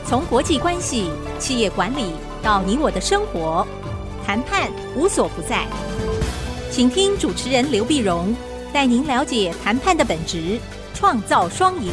从国际关系、企业管理到你我的生活，谈判无所不在。请听主持人刘碧荣带您了解谈判的本质，创造双赢。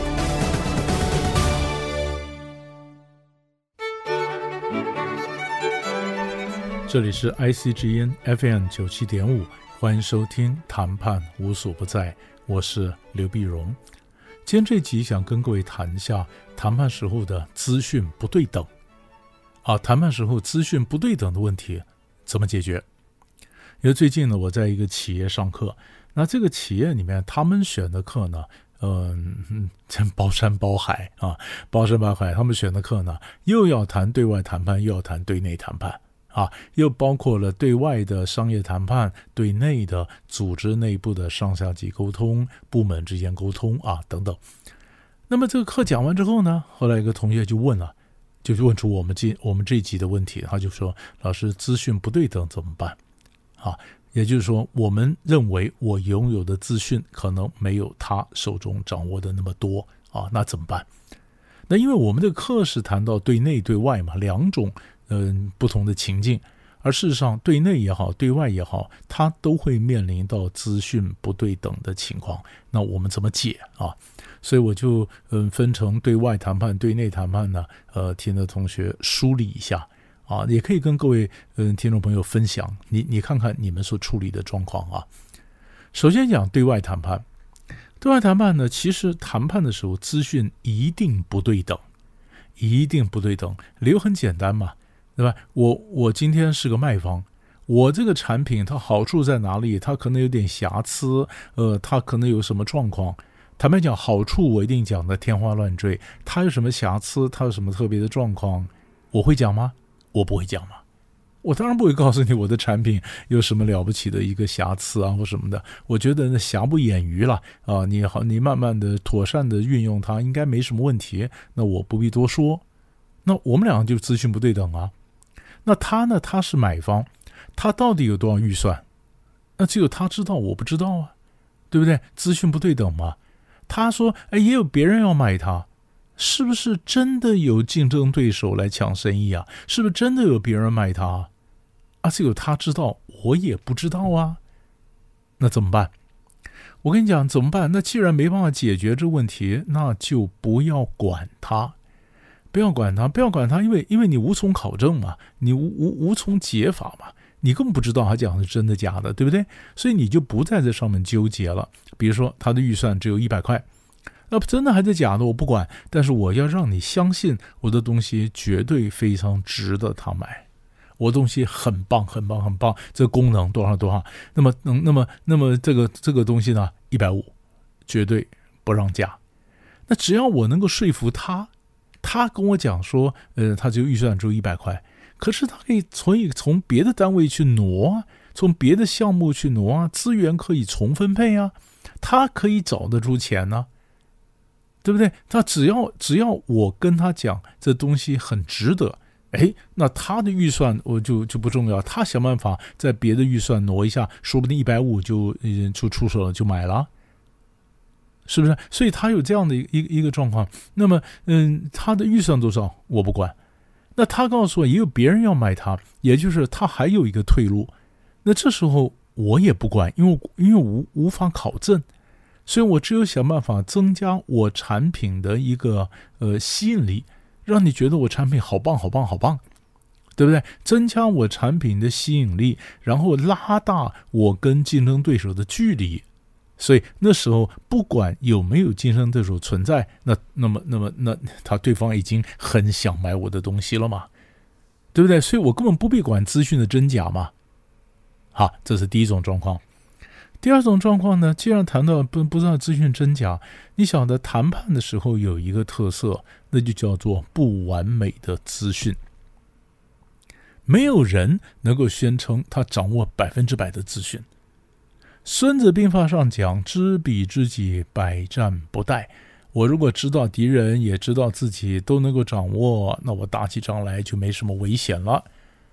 这里是 IC 之音 FM 97.5，欢迎收听谈判无所不在，我是刘碧荣。今天这集想跟各位谈一下谈判时候的资讯不对等谈判时候资讯不对等的问题怎么解决。因为最近呢，我在一个企业上课，那这个企业里面他们选的课呢包山包海包山包海，他们选的课呢又要谈对外谈判，又要谈对内谈判又包括了对外的商业谈判，对内的组织内部的上下级沟通，部门之间沟通等等。那么这个课讲完之后呢，后来一个同学就问了，就问出我们这一集的问题，他就说：老师，资讯不对等怎么办也就是说，我们认为我拥有的资讯可能没有他手中掌握的那么多那怎么办？那因为我们的课是谈到对内对外嘛，两种不同的情境，而事实上对内也好，对外也好，它都会面临到资讯不对等的情况。那我们怎么解所以我就分成对外谈判、对内谈判呢，听的同学梳理一下也可以跟各位听众朋友分享，你看看你们所处理的状况首先讲对外谈判，对外谈判呢，其实谈判的时候资讯一定不对等，一定不对等，理由很简单嘛，对吧？我今天是个卖方，我这个产品它好处在哪里？它可能有点瑕疵，它可能有什么状况？坦白讲，好处我一定讲的天花乱坠，它有什么瑕疵？它有什么特别的状况？我会讲吗？我不会讲嘛。我当然不会告诉你我的产品有什么了不起的一个瑕疵或什么的。我觉得瑕不掩瑜了你慢慢的妥善的运用它，应该没什么问题。那我不必多说。那我们两个就资讯不对等那他呢？他是买方，他到底有多少预算？那只有他知道，我不知道对不对？资讯不对等嘛。他说也有别人要买他，是不是真的有竞争对手来抢生意是不是真的有别人买他只有他知道，我也不知道那怎么办？我跟你讲怎么办？那既然没办法解决这问题，那就不要管他，不要管他，因为你无从考证嘛，你无从解法嘛，你根本不知道他讲的是真的假的，对不对？所以你就不在这上面纠结了。比如说他的预算只有100块，那真的还是假的我不管，但是我要让你相信我的东西绝对非常值得他买，我的东西很棒很棒很棒，这个功能多少多少，那么这个东西呢150，绝对不让价。那只要我能够说服他跟我讲说他就预算只有100块，可是他可以从别的单位去挪从别的项目去挪资源可以重分配他可以找得出钱对不对？他只要我跟他讲这东西很值得，那他的预算我就不重要，他想办法在别的预算挪一下，说不定150就出手了，就买了，是不是？所以他有这样的一个状况。那么他的预算多少我不管，那他告诉我也有别人要买他，也就是他还有一个退路，那这时候我也不管，因为无法考证，所以我只有想办法增加我产品的一个吸引力，让你觉得我产品好棒好棒好棒，对不对？增加我产品的吸引力，然后拉大我跟竞争对手的距离。所以那时候不管有没有竞争对手存在，那对方已经很想买我的东西了嘛，对不对？所以我根本不必管资讯的真假嘛。好，这是第一种状况。第二种状况呢，既然谈到不知道资讯真假，你晓得谈判的时候有一个特色，那就叫做不完美的资讯。没有人能够宣称他掌握100%的资讯。孙子兵法上讲，知彼知己，百战不殆。我如果知道敌人，也知道自己都能够掌握，那我打起仗来就没什么危险了。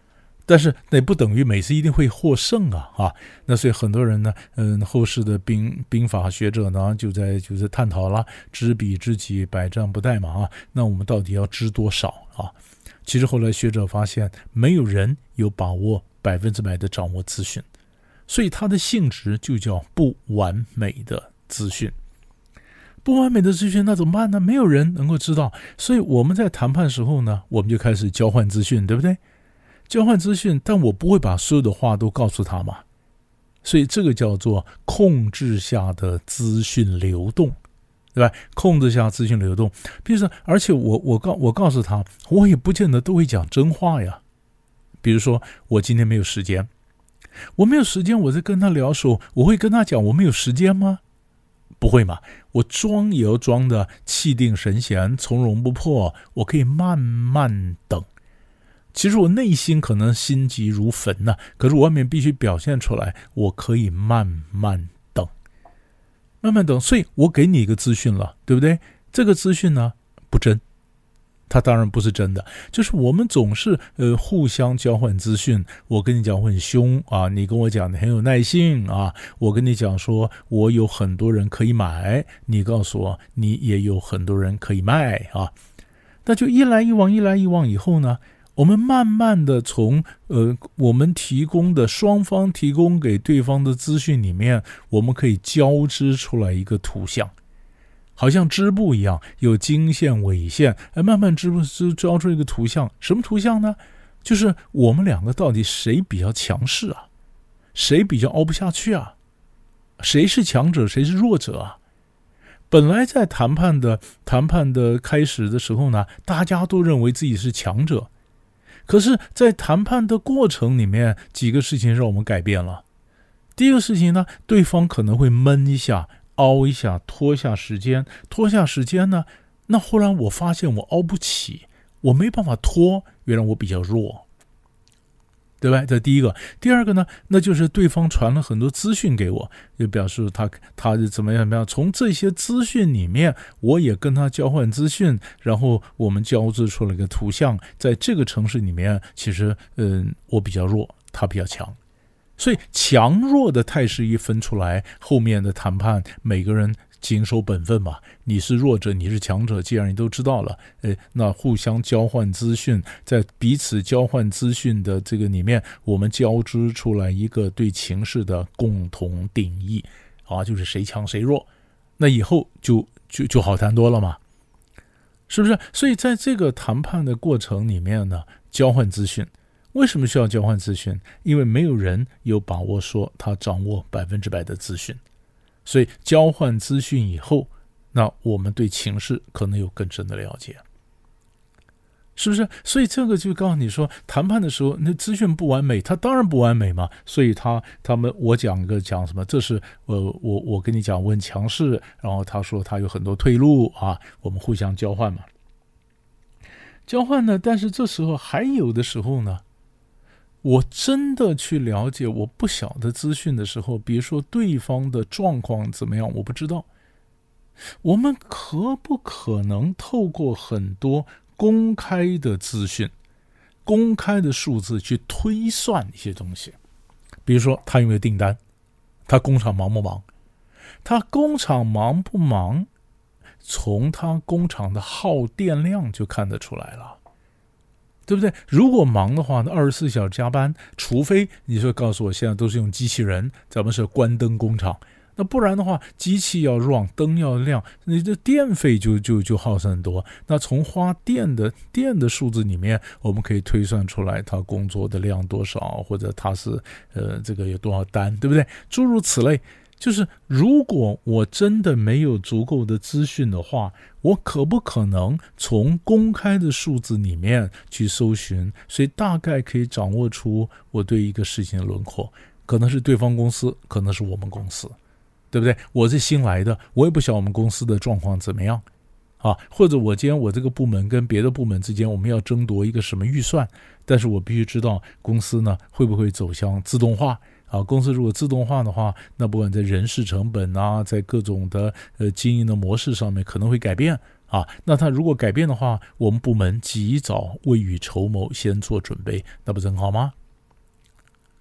但是那不等于每次一定会获胜啊。那所以很多人呢，后世的兵法学者呢，就在探讨了知彼知己，百战不殆嘛那我们到底要知多少啊？其实后来学者发现，没有人有把握100%的掌握资讯，所以它的性质就叫不完美的资讯。不完美的资讯那怎么办呢？没有人能够知道，所以我们在谈判时候呢，我们就开始交换资讯，对不对？交换资讯，但我不会把所有的话都告诉他嘛，所以这个叫做控制下的资讯流动，对吧？控制下资讯流动，比如说，而且我告诉他，我也不见得都会讲真话呀。比如说，我今天没有时间，我在跟他聊的时候，我会跟他讲我没有时间吗？不会嘛，我装也要装的气定神闲，从容不迫，我可以慢慢等。其实我内心可能心急如焚可是我外面必须表现出来，我可以慢慢等，所以我给你一个资讯了，对不对？这个资讯呢不真，它当然不是真的，就是我们总是互相交换资讯，我跟你讲我很凶你跟我讲你很有耐性我跟你讲说我有很多人可以买，你告诉我你也有很多人可以卖那就一来一往以后呢，我们慢慢的从我们提供的双方提供给对方的资讯里面，我们可以交织出来一个图像，好像织布一样，有经线纬线，慢慢织出一个图像。什么图像呢？就是我们两个到底谁比较强势谁比较熬不下去谁是强者，谁是弱者本来在谈判的开始的时候呢，大家都认为自己是强者，可是在谈判的过程里面，几个事情让我们改变了。第一个事情呢，对方可能会闷一下，熬一下，拖下时间呢，那忽然我发现我熬不起，我没办法拖，原来我比较弱，对吧？这第一个。第二个呢，那就是对方传了很多资讯给我，就表示他是怎么样，从这些资讯里面我也跟他交换资讯，然后我们交织出了一个图像，在这个城市里面其实我比较弱，他比较强，所以强弱的态势一分出来，后面的谈判每个人谨守本分嘛，你是弱者，你是强者，既然你都知道了，那互相交换资讯，在彼此交换资讯的这个里面，我们交织出来一个对情势的共同定义就是谁强谁弱，那以后就好谈多了嘛，是不是？所以在这个谈判的过程里面呢，交换资讯。为什么需要交换资讯？因为没有人有把握说他掌握100%的资讯，所以交换资讯以后，那我们对情势可能有更深的了解，是不是？所以这个就告诉你说，谈判的时候那资讯不完美，它当然不完美嘛。所以我讲什么，这是我跟你讲我很强势，然后他说他有很多退路我们互相交换嘛。交换呢，但是这时候还有的时候呢，我真的去了解我不晓得资讯的时候，比如说对方的状况怎么样，我不知道。我们可不可能透过很多公开的资讯、公开的数字去推算一些东西？比如说他有没有订单，他工厂忙不忙，他工厂忙不忙，从他工厂的耗电量就看得出来了。对不对？如果忙的话，那24小时加班，除非你说告诉我现在都是用机器人，咱们是关灯工厂，那不然的话，机器要 run， 灯要亮，你的电费就耗很多。那从花电的数字里面，我们可以推算出来他工作的量多少，或者他是这个有多少单，对不对？诸如此类。就是如果我真的没有足够的资讯的话，我可不可能从公开的数字里面去搜寻，所以大概可以掌握出我对一个事情的轮廓，可能是对方公司，可能是我们公司，对不对？我是新来的，我也不晓得我们公司的状况怎么样或者我今天我这个部门跟别的部门之间我们要争夺一个什么预算，但是我必须知道公司呢会不会走向自动化公司如果自动化的话，那不管在人事成本在各种的经营的模式上面可能会改变那它如果改变的话，我们部门及早未雨绸缪，先做准备，那不是很好吗？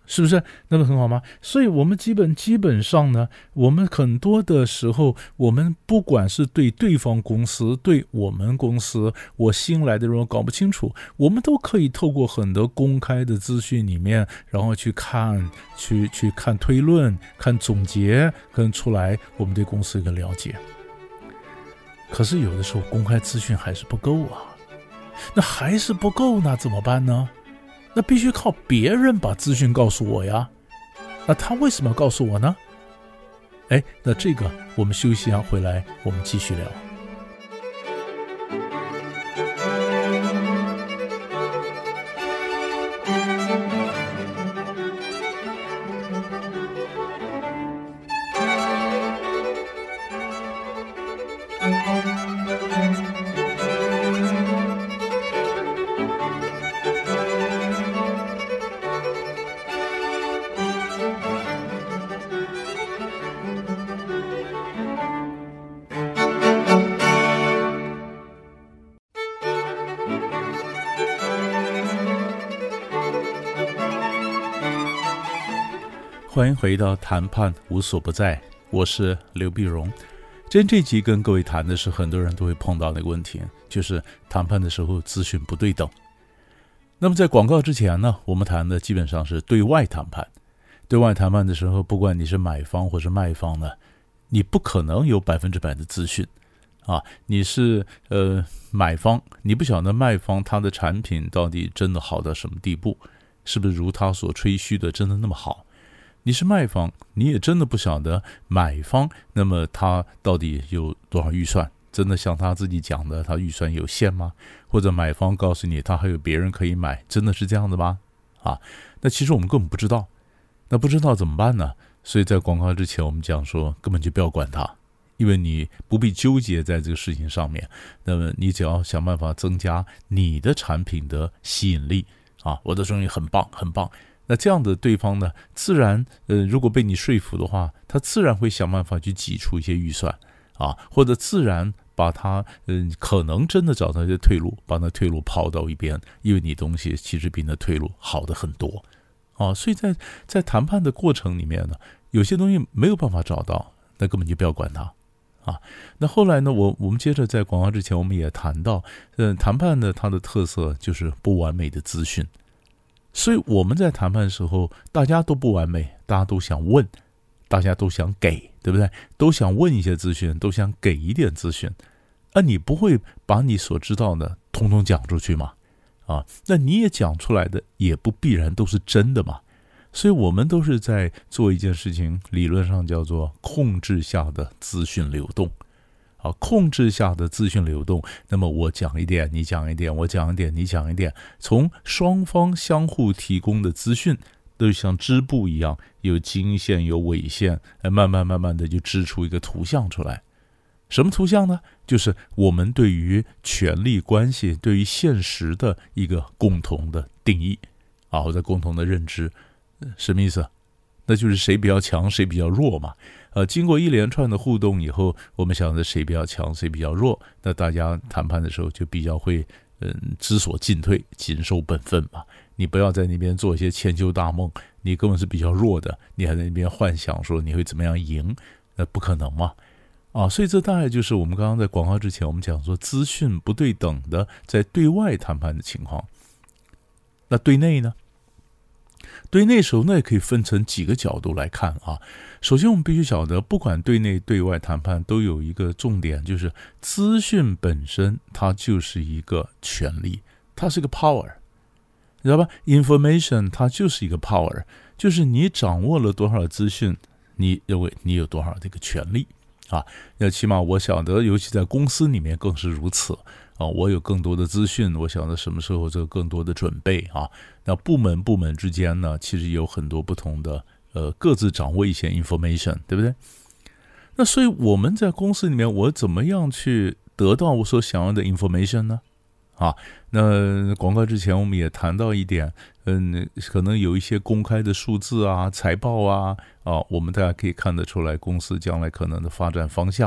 是不是？那么很好吗？所以我们基本上呢，我们很多的时候，我们不管是对对方公司，对我们公司，我新来的人搞不清楚，我们都可以透过很多公开的资讯里面，然后去看，去看推论，看总结，跟出来我们对公司一个了解。可是有的时候公开资讯还是不够啊，那还是不够，那怎么办呢？那必须靠别人把资讯告诉我呀。那他为什么要告诉我呢？那这个我们休息一下回来，我们继续聊。欢迎回到谈判无所不在，我是刘碧荣。今天这集跟各位谈的是很多人都会碰到的一个问题，就是谈判的时候资讯不对等。那么在广告之前呢，我们谈的基本上是对外谈判。对外谈判的时候，不管你是买方或是卖方呢，你不可能有100%的资讯啊。你是买方，你不晓得卖方他的产品到底真的好到什么地步，是不是如他所吹嘘的真的那么好。你是卖方，你也真的不晓得买方那么他到底有多少预算，真的像他自己讲的他预算有限吗？或者买方告诉你他还有别人可以买，真的是这样的吗？那其实我们根本不知道。那不知道怎么办呢？所以在广告之前我们讲说根本就不要管它，因为你不必纠结在这个事情上面。那么你只要想办法增加你的产品的吸引力我的东西很棒很棒。那这样的对方呢，自然如果被你说服的话，他自然会想办法去挤出一些预算或者自然把他可能真的找到一些退路，把那退路抛到一边，因为你东西其实比那退路好的很多所以在谈判的过程里面呢，有些东西没有办法找到，那根本就不要管它那后来呢，我们接着在广告之前我们也谈到谈判的它的特色就是不完美的资讯。所以我们在谈判的时候，大家都不完美，大家都想问，大家都想给，对不对？都想问一些资讯，都想给一点资讯。你不会把你所知道的统统讲出去嘛？那你也讲出来的也不必然都是真的嘛。所以我们都是在做一件事情，理论上叫做控制下的资讯流动。控制下的资讯流动，那么我讲一点，你讲一点，我讲一点，你讲一点，从双方相互提供的资讯都像织布一样，有经线有纬线，慢慢的就织出一个图像出来。什么图像呢？就是我们对于权力关系，对于现实的一个共同的定义或者共同的认知。什么意思？那就是谁比较强，谁比较弱嘛。经过一连串的互动以后，我们想着谁比较强，谁比较弱，那大家谈判的时候就比较会知所进退，谨守本分嘛。你不要在那边做一些千秋大梦，你根本是比较弱的，你还在那边幻想说你会怎么样赢，那不可能嘛。所以这大概就是我们刚刚在广告之前我们讲说资讯不对等的在对外谈判的情况。那对内呢？对内时候那也可以分成几个角度来看首先我们必须晓得，不管对内对外谈判都有一个重点，就是资讯本身它就是一个权利，它是个 power， 你知道吧？ information 它就是一个 power， 就是你掌握了多少资讯，你认为你有多少这个权利那起码我晓得，尤其在公司里面更是如此我有更多的资讯，我晓得什么时候这个更多的准备那部门之间呢，其实有很多不同的各自掌握一些 information， 对不对？那所以我们在公司里面，我怎么样去得到我所想要的 information 呢？那广告之前我们也谈到一点，可能有一些公开的数字财报我们大家可以看得出来公司将来可能的发展方向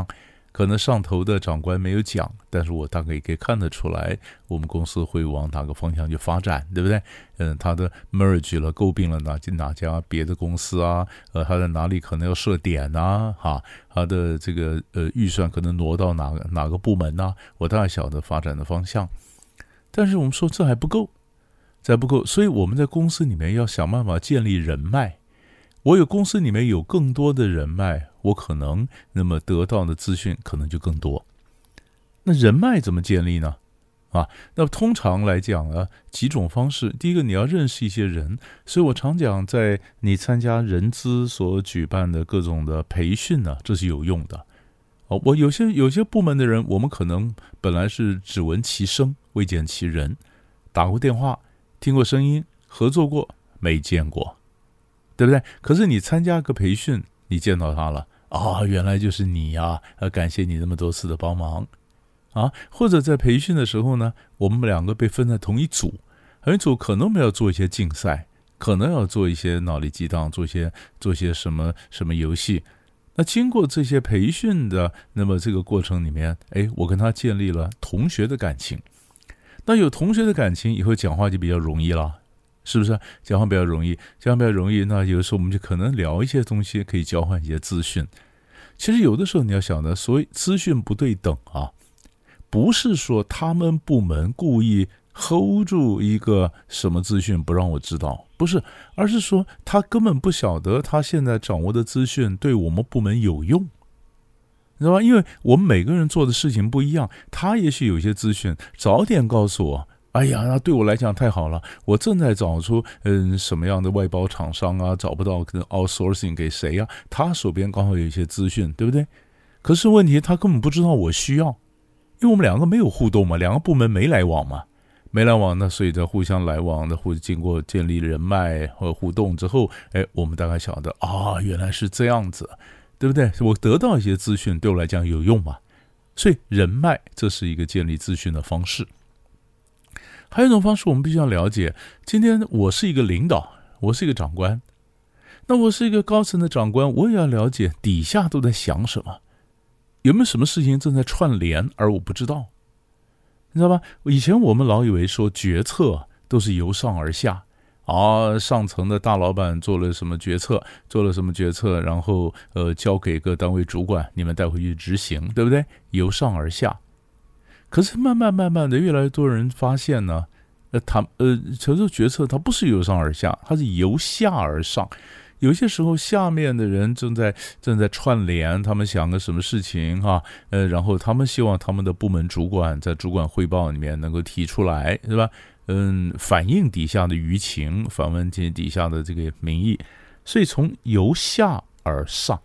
可能上头的长官没有讲，但是我大概也可以看得出来，我们公司会往哪个方向去发展，对不对？他的 merge 了，购并了哪家别的公司啊？他在哪里可能要设点啊？他的这个预算可能挪到哪个部门啊？我大概晓得发展的方向。但是我们说这还不够，所以我们在公司里面要想办法建立人脉。我有公司里面有更多的人脉，我可能那么得到的资讯可能就更多。那人脉怎么建立呢？那通常来讲呢，几种方式。第一个，你要认识一些人，所以我常讲，在你参加人资所举办的各种的培训呢，这是有用的。我有些部门的人，我们可能本来是只闻其声未见其人，打过电话，听过声音，合作过，没见过，对不对？可是你参加个培训，你见到他了，原来就是你呀，感谢你那么多次的帮忙或者在培训的时候呢，我们两个被分在同一组可能我们要做一些竞赛，可能要做一些脑力激荡，做一些什么游戏。那经过这些培训的，那么这个过程里面，我跟他建立了同学的感情。那有同学的感情以后，讲话就比较容易了，是不是？讲话比较容易，那有的时候我们就可能聊一些东西，可以交换一些资讯。其实有的时候你要想的，所谓资讯不对等不是说他们部门故意 hold 住一个什么资讯不让我知道，不是，而是说他根本不晓得他现在掌握的资讯对我们部门有用，你知道吧？因为我们每个人做的事情不一样，他也许有些资讯早点告诉我，那对我来讲太好了，我正在找出什么样的外包厂商找不到可能 outsourcing 给谁他手边刚好有一些资讯，对不对？可是问题他根本不知道我需要，因为我们两个没有互动嘛，两个部门没来往嘛，那所以在互相来往的，或者经过建立人脉和互动之后，我们大概晓得原来是这样子，对不对？我得到一些资讯对我来讲有用嘛，所以人脉这是一个建立资讯的方式。还有一种方式，我们必须要了解，今天我是一个领导，我是一个长官，那我是一个高层的长官，我也要了解底下都在想什么，有没有什么事情正在串联而我不知道，你知道吧？以前我们老以为说决策都是由上而下上层的大老板做了什么决策，然后交给各单位主管，你们带回去执行，对不对？由上而下。可是慢慢的，越来越多人发现呢，这个决策它不是由上而下，它是由下而上。有些时候下面的人正在串联，他们想个什么事情然后他们希望他们的部门主管在主管汇报里面能够提出来，是吧？反映底下的舆情，反映底下的这个民意，所以从由下而上，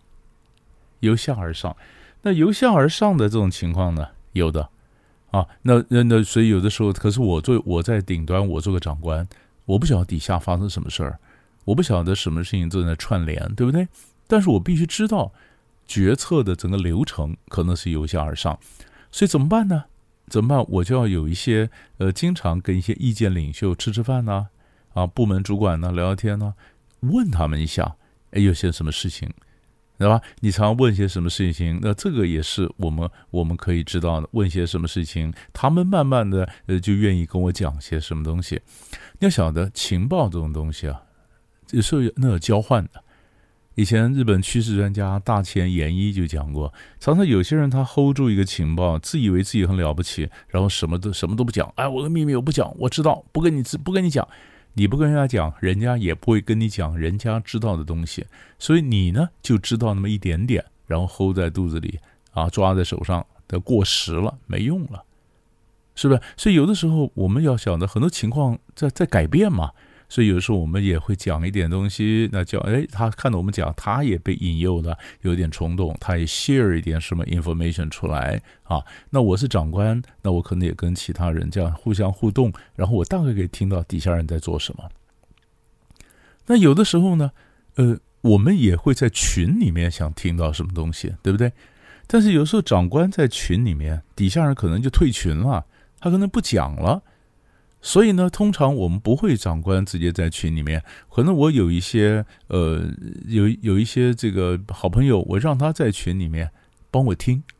那由下而上的这种情况呢，有的那所以有的时候，可是我在顶端，我做个长官，我不晓得底下发生什么事儿，我不晓得什么事情正在串联，对不对？但是我必须知道决策的整个流程可能是由下而上，所以怎么办呢？我就要有一些经常跟一些意见领袖吃饭部门主管聊聊天问他们一下，有些什么事情，对吧？你常问些什么事情，那这个也是我们可以知道的。问些什么事情，他们慢慢的就愿意跟我讲些什么东西。你要晓得，情报这种东西有时候那有交换的。以前日本趋势专家大前研一就讲过，常常有些人他 hold 住一个情报，自以为自己很了不起，然后什么都不讲。我的秘密我不讲，我知道，不跟你讲。你不跟人家讲，人家也不会跟你讲人家知道的东西，所以你呢就知道那么一点点，然后 hold 在肚子里抓在手上的过时了，没用了，是不是？所以有的时候我们要想的很多情况在改变嘛，所以有时候我们也会讲一点东西，那叫他看到我们讲，他也被引诱了，有点冲动，他也 share 一点什么 information 出来那我是长官，那我可能也跟其他人这样互相互动，然后我大概可以听到底下人在做什么。那有的时候呢我们也会在群里面想听到什么东西，对不对？但是有时候长官在群里面，底下人可能就退群了，他可能不讲了。所以呢，通常我们不会长官直接在群里面，可能我有一些有一些这个好朋友，我让他在群里面帮我听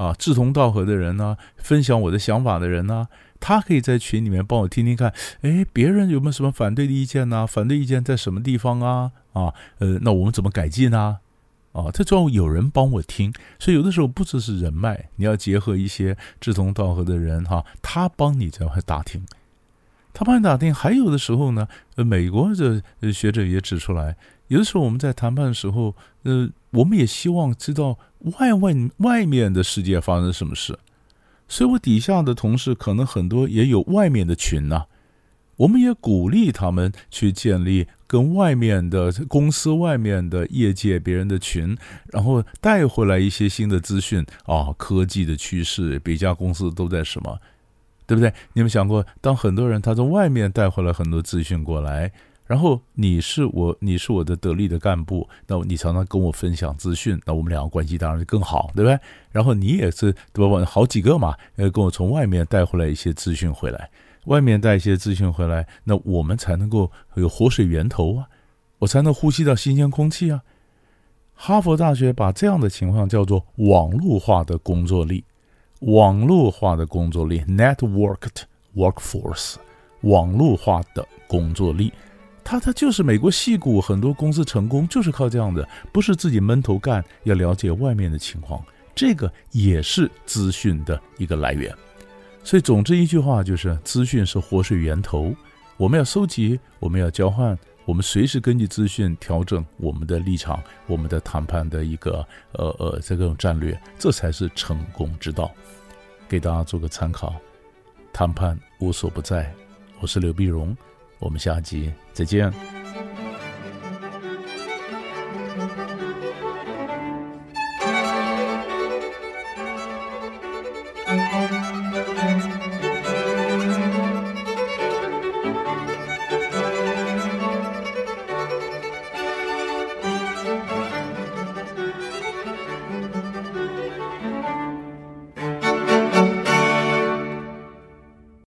志同道合的人啊，分享我的想法的人啊，他可以在群里面帮我听听看，别人有没有什么反对的意见啊？反对意见在什么地方啊？那我们怎么改进啊？这主要有人帮我听，所以有的时候不只是人脉，你要结合一些志同道合的人他帮你在打听。他帮你打听，还有的时候呢，美国的学者也指出来，有的时候我们在谈判的时候，我们也希望知道外面的世界发生什么事，所以我底下的同事可能很多也有外面的群啊，我们也鼓励他们去建立跟外面的公司、外面的业界别人的群，然后带回来一些新的资讯科技的趋势，别家公司都在什么。对不对？你有没有想过，当很多人他从外面带回来很多资讯过来，然后你是我的得力的干部，那你常常跟我分享资讯，那我们两个关系当然就更好，对不对？然后你也是对吧？好几个嘛，跟我从外面带回来一些资讯回来，外面带一些资讯回来，那我们才能够有活水源头啊，我才能呼吸到新鲜空气啊。哈佛大学把这样的情况叫做网络化的工作力。网络化的工作力 networked workforce， 网络化的工作力，它就是美国矽谷很多公司成功就是靠这样的，不是自己闷头干，要了解外面的情况，这个也是资讯的一个来源。所以总之一句话就是，资讯是活水源头，我们要收集，我们要交换，我们随时根据资讯调整我们的立场，我们的谈判的一个这种战略，这才是成功之道。给大家做个参考，谈判无所不在。我是刘碧荣，我们下集再见。